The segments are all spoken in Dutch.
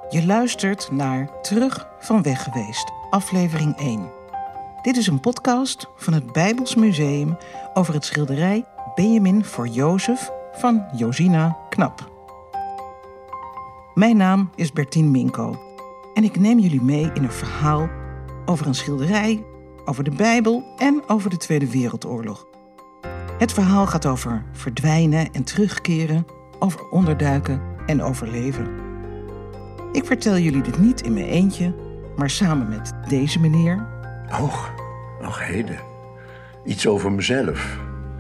Je luistert naar Terug van Weg Geweest, aflevering 1. Dit is een podcast van het Bijbels Museum over het schilderij Benjamin voor Jozef van Josina Knap. Mijn naam is Bertien Minko en ik neem jullie mee in een verhaal over een schilderij, over de Bijbel en over de Tweede Wereldoorlog. Het verhaal gaat over verdwijnen en terugkeren, over onderduiken en overleven. Ik vertel jullie dit niet in mijn eentje, maar samen met deze meneer. Och heden. Iets over mezelf.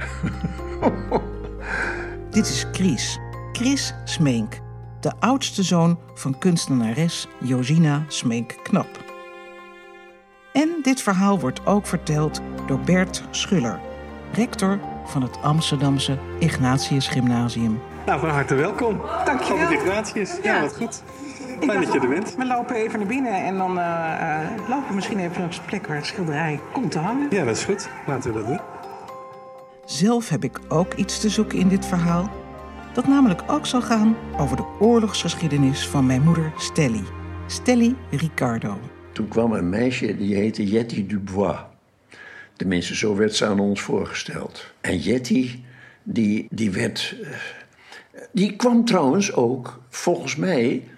Dit is Chris Smeenk, de oudste zoon van kunstenares Josina Smeenk Knap. En dit verhaal wordt ook verteld door Bert Schuller, rector van het Amsterdamse Ignatius Gymnasium. Nou, van harte welkom. Dankjewel. Op het Ignatius. Ja, wat goed. Fijn dat je er bent. We lopen even naar binnen en dan lopen we misschien even langs de plek waar het schilderij komt te hangen. Ja, dat is goed. Laten we dat doen. Zelf heb ik ook iets te zoeken in dit verhaal, dat namelijk ook zal gaan over de oorlogsgeschiedenis van mijn moeder Stelly Ricardo. Toen kwam een meisje die heette Jetty Dubois. Tenminste, zo werd ze aan ons voorgesteld. En Jetty, die kwam trouwens ook, volgens mij,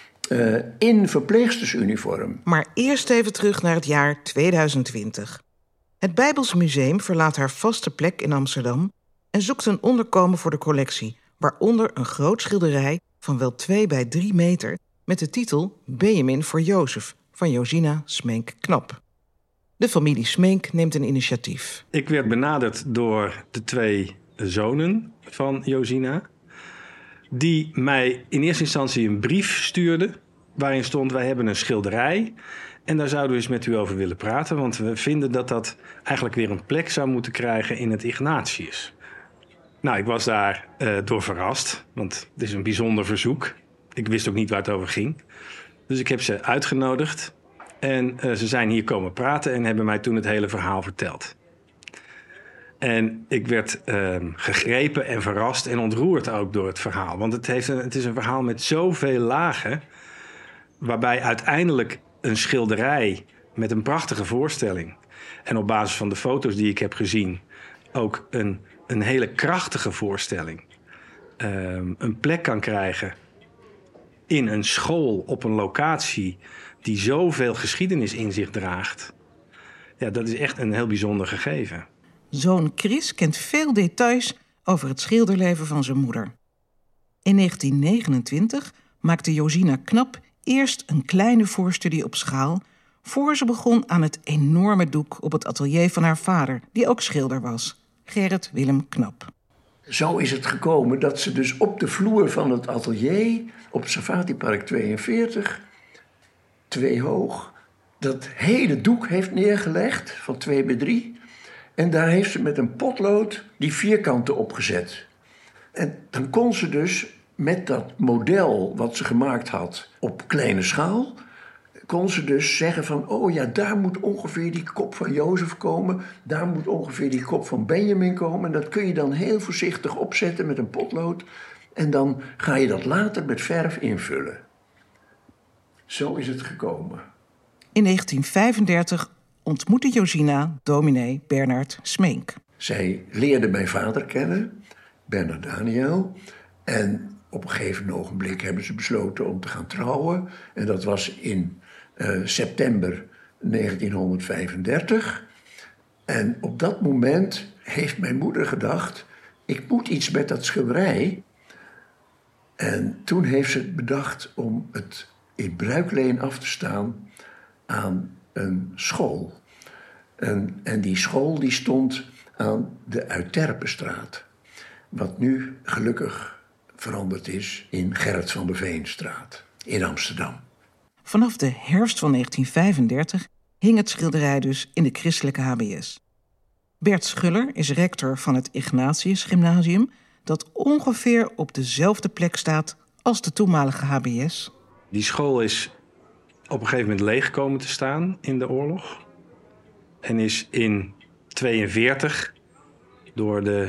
in verpleegstersuniform. Maar eerst even terug naar het jaar 2020. Het Bijbels Museum verlaat haar vaste plek in Amsterdam en zoekt een onderkomen voor de collectie, waaronder een groot schilderij van wel 2 bij 3 meter met de titel Benjamin voor Jozef van Josina Smeenk Knap. De familie Smeenk neemt een initiatief. Ik werd benaderd door de 2 zonen van Josina, die mij in eerste instantie een brief stuurden waarin stond: wij hebben een schilderij en daar zouden we eens met u over willen praten, want we vinden dat dat eigenlijk weer een plek zou moeten krijgen in het Ignatius. Nou, ik was daar door verrast, want het is een bijzonder verzoek. Ik wist ook niet waar het over ging. Dus ik heb ze uitgenodigd en ze zijn hier komen praten en hebben mij toen het hele verhaal verteld. En ik werd gegrepen en verrast en ontroerd ook door het verhaal. Want het is een verhaal met zoveel lagen, waarbij uiteindelijk een schilderij met een prachtige voorstelling en op basis van de foto's die ik heb gezien ook een hele krachtige voorstelling een plek kan krijgen in een school op een locatie die zoveel geschiedenis in zich draagt. Ja, dat is echt een heel bijzonder gegeven. Zoon Chris kent veel details over het schilderleven van zijn moeder. In 1929 maakte Josina Knap eerst een kleine voorstudie op schaal, voor ze begon aan het enorme doek op het atelier van haar vader, die ook schilder was, Gerrit Willem Knap. Zo is het gekomen dat ze dus op de vloer van het atelier op Safatipark 42, 2 hoog, dat hele doek heeft neergelegd van 2 bij 3. En daar heeft ze met een potlood die vierkanten opgezet. En dan kon ze dus met dat model wat ze gemaakt had op kleine schaal, kon ze dus zeggen van, oh ja, daar moet ongeveer die kop van Jozef komen, daar moet ongeveer die kop van Benjamin komen. En dat kun je dan heel voorzichtig opzetten met een potlood. En dan ga je dat later met verf invullen. Zo is het gekomen. In 1935 ontmoette Josina dominee Bernard Smeenk. Zij leerde mijn vader kennen, Bernard Daniel. En op een gegeven ogenblik hebben ze besloten om te gaan trouwen. En dat was in september 1935. En op dat moment heeft mijn moeder gedacht, ik moet iets met dat schilderij. En toen heeft ze bedacht om het in bruikleen af te staan aan een school. En die school die stond aan de Uitterpenstraat. Wat nu gelukkig veranderd is in Gerrit van der Veenstraat in Amsterdam. Vanaf de herfst van 1935 hing het schilderij dus in de christelijke HBS. Bert Schuller is rector van het Ignatius Gymnasium, dat ongeveer op dezelfde plek staat als de toenmalige HBS. Die school is op een gegeven moment leeg komen te staan in de oorlog. En is in 1942 door de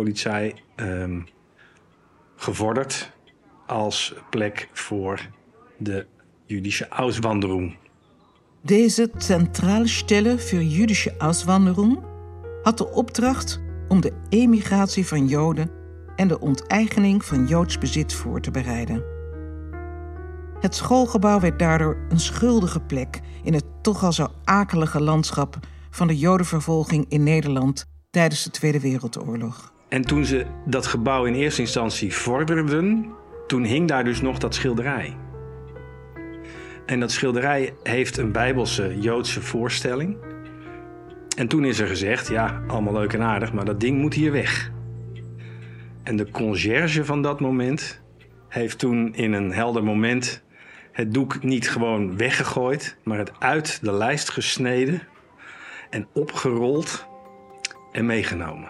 Sicherheidspolizei gevorderd als plek voor de jüdische Auswanderung. Deze Zentralstelle für jüdische Auswanderung had de opdracht om de emigratie van Joden en de onteigening van Joods bezit voor te bereiden. Het schoolgebouw werd daardoor een schuldige plek in het toch al zo akelige landschap van de Jodenvervolging in Nederland tijdens de Tweede Wereldoorlog. En toen ze dat gebouw in eerste instantie vorderden, toen hing daar dus nog dat schilderij. En dat schilderij heeft een bijbelse Joodse voorstelling. En toen is er gezegd, ja, allemaal leuk en aardig, maar dat ding moet hier weg. En de conciërge van dat moment heeft toen in een helder moment het doek niet gewoon weggegooid, maar het uit de lijst gesneden en opgerold en meegenomen.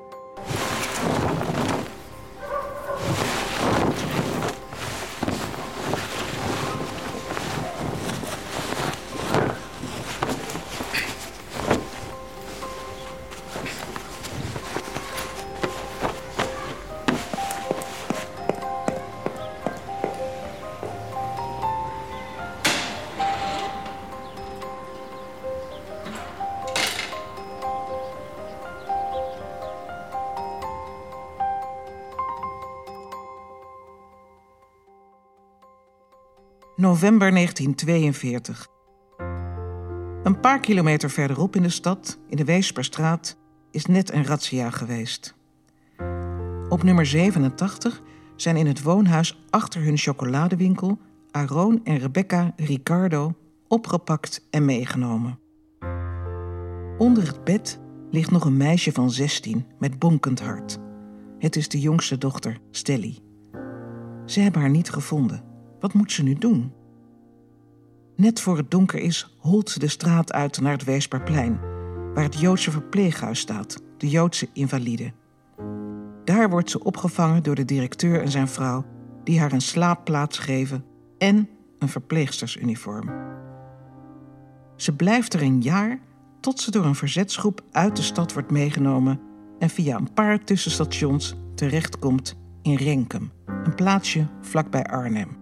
November 1942. Een paar kilometer verderop in de stad, in de Weesperstraat, is net een razzia geweest. Op nummer 87 zijn in het woonhuis achter hun chocoladewinkel Aaron en Rebecca Ricardo opgepakt en meegenomen. Onder het bed ligt nog een meisje van 16 met bonkend hart. Het is de jongste dochter, Stelly. Ze hebben haar niet gevonden. Wat moet ze nu doen? Net voor het donker is, holt ze de straat uit naar het Weesperplein, waar het Joodse verpleeghuis staat, de Joodse invalide. Daar wordt ze opgevangen door de directeur en zijn vrouw, die haar een slaapplaats geven en een verpleegstersuniform. Ze blijft er een jaar tot ze door een verzetsgroep uit de stad wordt meegenomen en via een paar tussenstations terechtkomt in Renkum, een plaatsje vlakbij Arnhem.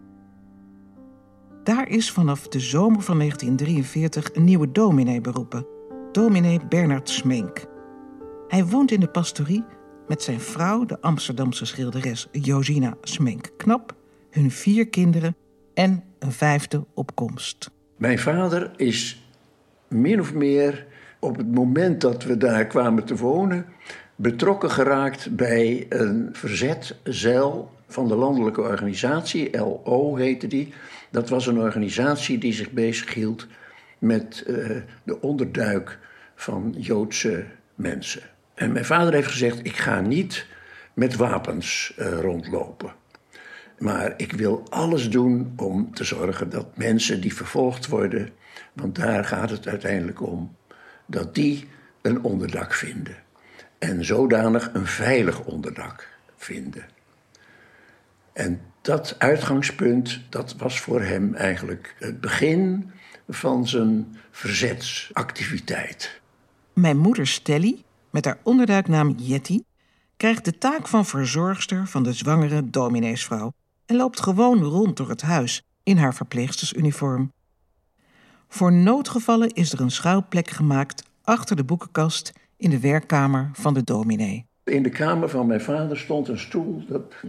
Daar is vanaf de zomer van 1943 een nieuwe dominee beroepen, dominee Bernard Smenk. Hij woont in de pastorie met zijn vrouw, de Amsterdamse schilderes Josina Smenk-Knap, hun 4 kinderen en een 5e op komst. Mijn vader is min of meer op het moment dat we daar kwamen te wonen betrokken geraakt bij een verzetzeil van de landelijke organisatie, LO heette die. Dat was een organisatie die zich bezighield met de onderduik van Joodse mensen. En mijn vader heeft gezegd, ik ga niet met wapens rondlopen. Maar ik wil alles doen om te zorgen dat mensen die vervolgd worden, want daar gaat het uiteindelijk om, dat die een onderdak vinden. En zodanig een veilig onderdak vinden. En dat uitgangspunt, dat was voor hem eigenlijk het begin van zijn verzetsactiviteit. Mijn moeder Stelly, met haar onderduiknaam Jetty, krijgt de taak van verzorgster van de zwangere domineesvrouw en loopt gewoon rond door het huis in haar verpleegstersuniform. Voor noodgevallen is er een schuilplek gemaakt achter de boekenkast in de werkkamer van de dominee. In de kamer van mijn vader stond een stoel.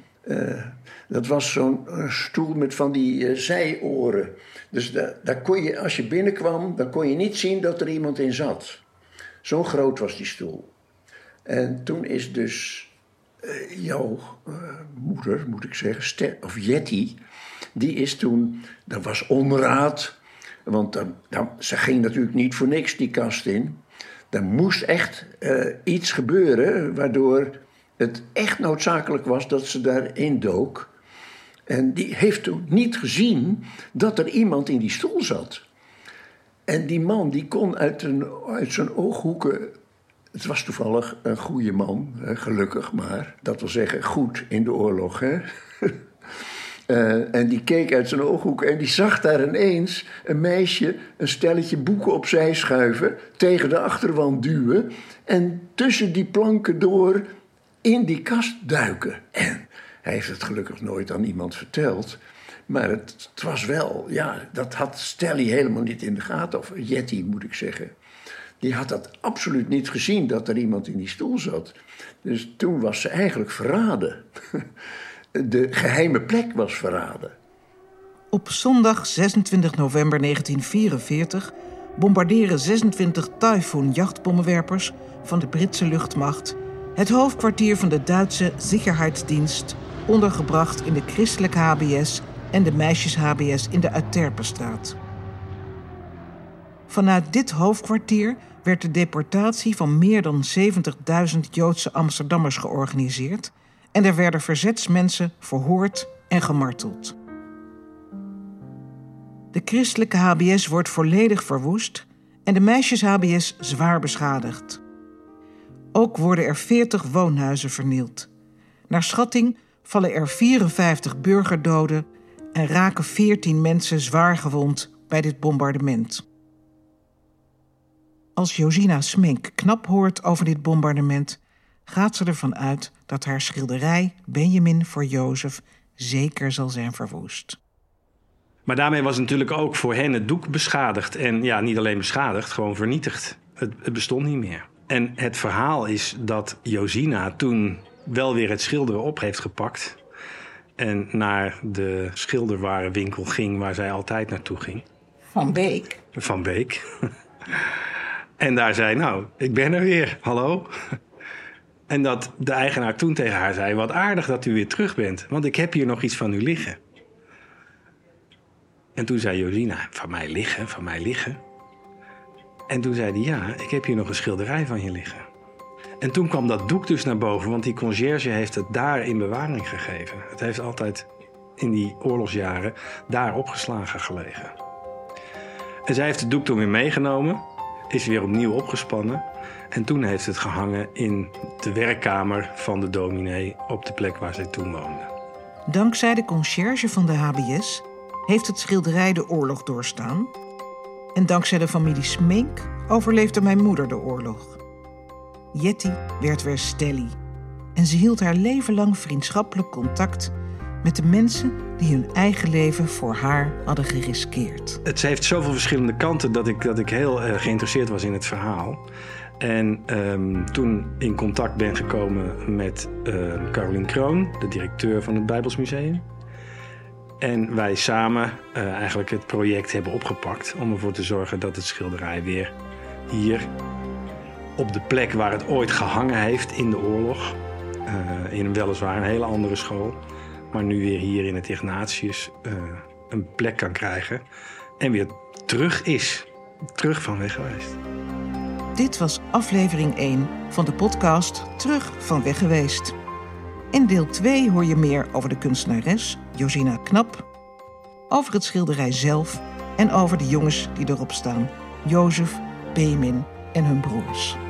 Dat was zo'n stoel met van die zijoren. Dus daar kon je, als je binnenkwam, dan kon je niet zien dat er iemand in zat. Zo groot was die stoel. En toen is dus jouw moeder, moet ik zeggen, of Jetty, die is toen, dat was onraad. Want ze ging natuurlijk niet voor niks die kast in. Er moest echt iets gebeuren waardoor het echt noodzakelijk was dat ze daarin dook. En die heeft toen niet gezien dat er iemand in die stoel zat. En die man die kon uit zijn ooghoeken. Het was toevallig een goede man, gelukkig maar. Dat wil zeggen goed in de oorlog, hè. En die keek uit zijn ooghoek en die zag daar ineens een meisje een stelletje boeken opzij schuiven, tegen de achterwand duwen en tussen die planken door in die kast duiken. En hij heeft het gelukkig nooit aan iemand verteld, Maar het was wel, ja, dat had Stelly helemaal niet in de gaten. Of Jetty, moet ik zeggen. Die had dat absoluut niet gezien, dat er iemand in die stoel zat. Dus toen was ze eigenlijk verraden. De geheime plek was verraden. Op zondag 26 november 1944 bombarderen 26 Typhoon-jachtbommenwerpers van de Britse luchtmacht het hoofdkwartier van de Duitse Sicherheitsdienst, ondergebracht in de christelijke HBS en de meisjes-HBS in de Uiterpenstraat. Vanuit dit hoofdkwartier werd de deportatie van meer dan 70.000 Joodse Amsterdammers georganiseerd en er werden verzetsmensen verhoord en gemarteld. De christelijke HBS wordt volledig verwoest en de meisjes-HBS zwaar beschadigd. Ook worden er 40 woonhuizen vernield. Naar schatting vallen er 54 burgerdoden en raken 14 mensen zwaar gewond bij dit bombardement. Als Josina Smenk Knap hoort over dit bombardement, gaat ze ervan uit dat haar schilderij Benjamin voor Jozef zeker zal zijn verwoest. Maar daarmee was natuurlijk ook voor hen het doek beschadigd. En ja, niet alleen beschadigd, gewoon vernietigd. Het bestond niet meer. En het verhaal is dat Josina toen wel weer het schilderen op heeft gepakt en naar de schilderwarenwinkel ging waar zij altijd naartoe ging. Van Beek. Van Beek. En daar zei, nou, ik ben er weer, hallo. En dat de eigenaar toen tegen haar zei, wat aardig dat u weer terug bent, want ik heb hier nog iets van u liggen. En toen zei Josina, van mij liggen, van mij liggen. En toen zei hij, ja, ik heb hier nog een schilderij van je liggen. En toen kwam dat doek dus naar boven, want die conciërge heeft het daar in bewaring gegeven. Het heeft altijd in die oorlogsjaren daar opgeslagen gelegen. En zij heeft het doek toen weer meegenomen, is weer opnieuw opgespannen. En toen heeft het gehangen in de werkkamer van de dominee op de plek waar zij toen woonde. Dankzij de conciërge van de HBS heeft het schilderij de oorlog doorstaan. En dankzij de familie Smenk overleefde mijn moeder de oorlog. Jetty werd weer Stelly. En ze hield haar leven lang vriendschappelijk contact met de mensen die hun eigen leven voor haar hadden geriskeerd. Het heeft zoveel verschillende kanten dat ik heel geïnteresseerd was in het verhaal. En toen in contact ben gekomen met Carolien Kroon, de directeur van het Bijbels Museum. En wij samen eigenlijk het project hebben opgepakt om ervoor te zorgen dat het schilderij weer hier op de plek waar het ooit gehangen heeft in de oorlog, in weliswaar een hele andere school, maar nu weer hier in het Ignatius een plek kan krijgen en weer terug van weg geweest. Dit was aflevering 1 van de podcast Terug van weg geweest. In deel 2 hoor je meer over de kunstenares Josina Knap, over het schilderij zelf en over de jongens die erop staan, Jozef, Benjamin en hun broers.